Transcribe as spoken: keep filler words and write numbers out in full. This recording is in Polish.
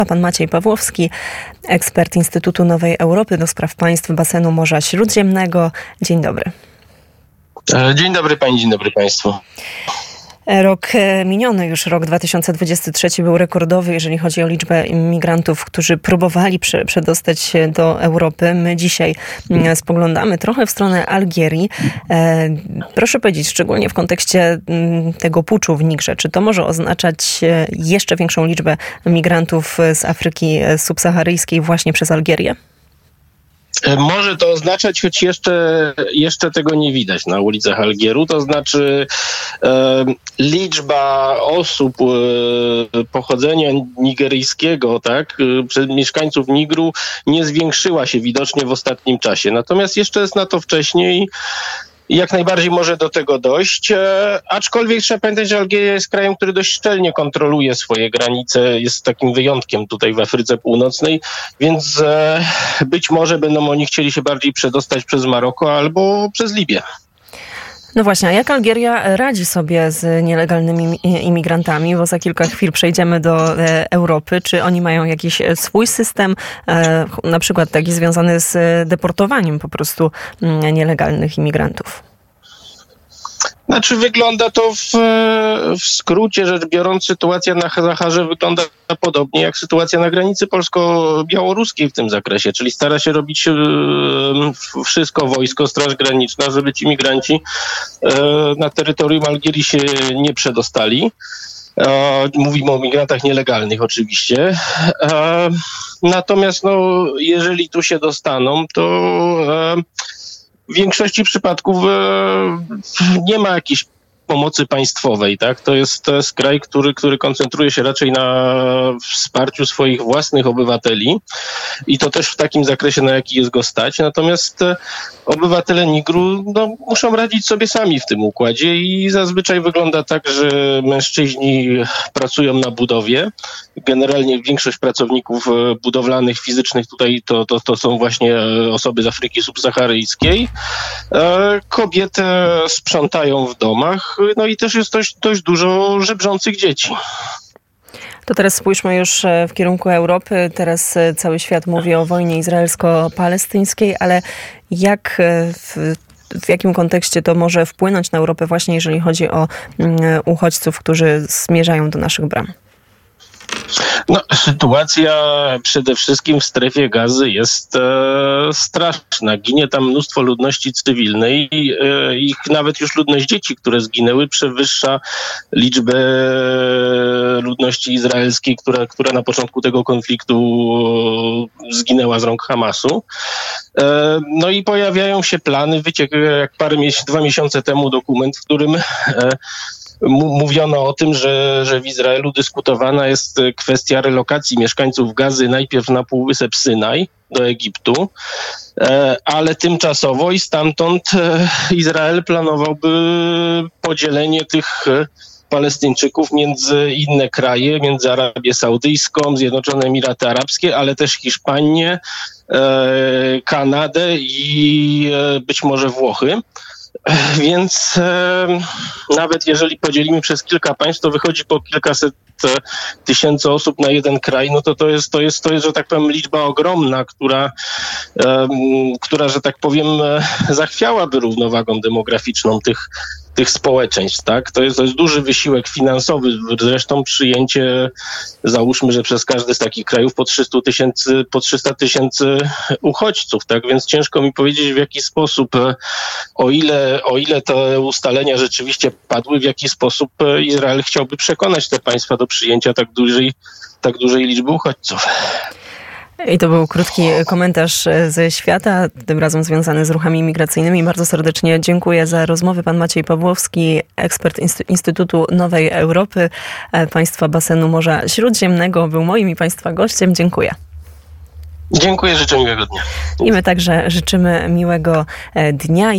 a pan Maciej Pawłowski, ekspert Instytutu Nowej Europy do spraw państw basenu Morza Śródziemnego. Dzień dobry. Dzień dobry pani, dzień dobry państwu. Rok miniony, już rok dwa tysiące dwudziesty trzeci był rekordowy, jeżeli chodzi o liczbę imigrantów, którzy próbowali prze, przedostać się do Europy. My dzisiaj spoglądamy trochę w stronę Algierii. E, proszę powiedzieć, szczególnie w kontekście tego puczu w Nigrze, czy to może oznaczać jeszcze większą liczbę migrantów z Afryki subsaharyjskiej właśnie przez Algierię? Może to oznaczać, choć jeszcze, jeszcze tego nie widać na ulicach Algieru. To znaczy e, liczba osób e, pochodzenia nigeryjskiego, tak, e, mieszkańców Nigru nie zwiększyła się widocznie w ostatnim czasie. Natomiast jeszcze jest na to wcześniej. I jak najbardziej może do tego dojść, e, aczkolwiek trzeba pamiętać, że Algieria jest krajem, który dość szczelnie kontroluje swoje granice, jest takim wyjątkiem tutaj w Afryce Północnej, więc e, być może będą oni chcieli się bardziej przedostać przez Maroko albo przez Libię. No właśnie, a jak Algieria radzi sobie z nielegalnymi imigrantami? Bo za kilka chwil przejdziemy do e, Europy. Czy oni mają jakiś swój system, e, na przykład taki związany z deportowaniem po prostu m, nielegalnych imigrantów? Znaczy wygląda to w, w skrócie rzecz biorąc, sytuacja na Saharze wygląda podobnie jak sytuacja na granicy polsko-białoruskiej w tym zakresie, czyli stara się robić e, wszystko wojsko, Straż Graniczna, żeby ci migranci e, na terytorium Algierii się nie przedostali. E, mówimy o migrantach nielegalnych oczywiście. E, natomiast no, jeżeli tu się dostaną, to e, w większości przypadków e, nie ma jakiejś pomocy państwowej, tak? To jest, to jest kraj, który, który koncentruje się raczej na wsparciu swoich własnych obywateli i to też w takim zakresie, na jaki jest go stać. Natomiast e, obywatele Nigru no, muszą radzić sobie sami w tym układzie i zazwyczaj wygląda tak, że mężczyźni pracują na budowie. Generalnie większość pracowników budowlanych, fizycznych tutaj to, to, to są właśnie osoby z Afryki subsaharyjskiej. E, kobiety sprzątają w domach, no i też jest dość, dość dużo żebrzących dzieci. To teraz spójrzmy już w kierunku Europy. Teraz cały świat mówi o wojnie izraelsko-palestyńskiej, ale jak w, w jakim kontekście to może wpłynąć na Europę właśnie, jeżeli chodzi o uchodźców, którzy zmierzają do naszych bram? No, sytuacja przede wszystkim w strefie Gazy jest e, straszna. Ginie tam mnóstwo ludności cywilnej. E, ich nawet już ludność dzieci, które zginęły, przewyższa liczbę ludności izraelskiej, która, która na początku tego konfliktu zginęła z rąk Hamasu. E, no i pojawiają się plany, wyciek jak parę miesięcy, dwa miesiące temu dokument, w którym e, mówiono o tym, że, że w Izraelu dyskutowana jest kwestia relokacji mieszkańców Gazy najpierw na Półwysep Synaj do Egiptu, ale tymczasowo i stamtąd Izrael planowałby podzielenie tych Palestyńczyków między inne kraje, między Arabię Saudyjską, Zjednoczone Emiraty Arabskie, ale też Hiszpanię, Kanadę i być może Włochy. Więc e, nawet jeżeli podzielimy przez kilka państw, to wychodzi po kilkaset tysięcy osób na jeden kraj, no to to jest, to jest, to jest, że tak powiem, liczba ogromna, która, e, która że tak powiem, zachwiałaby równowagą demograficzną tych, tych społeczeństw, tak? To jest, to jest duży wysiłek finansowy, zresztą przyjęcie, załóżmy, że przez każdy z takich krajów po trzysta tysięcy, po trzysta tysięcy uchodźców, tak? Więc ciężko mi powiedzieć, w jaki sposób, o ile, o ile te ustalenia rzeczywiście padły, w jaki sposób Izrael chciałby przekonać te państwa do przyjęcia tak dużej, tak dużej liczby uchodźców. I to był krótki komentarz ze świata, tym razem związany z ruchami migracyjnymi. Bardzo serdecznie dziękuję za rozmowę. Pan Maciej Pawłowski, ekspert Instytutu Nowej Europy, państwa basenu Morza Śródziemnego, był moim i państwa gościem. Dziękuję. Dziękuję, życzę miłego dnia. I my także życzymy miłego dnia.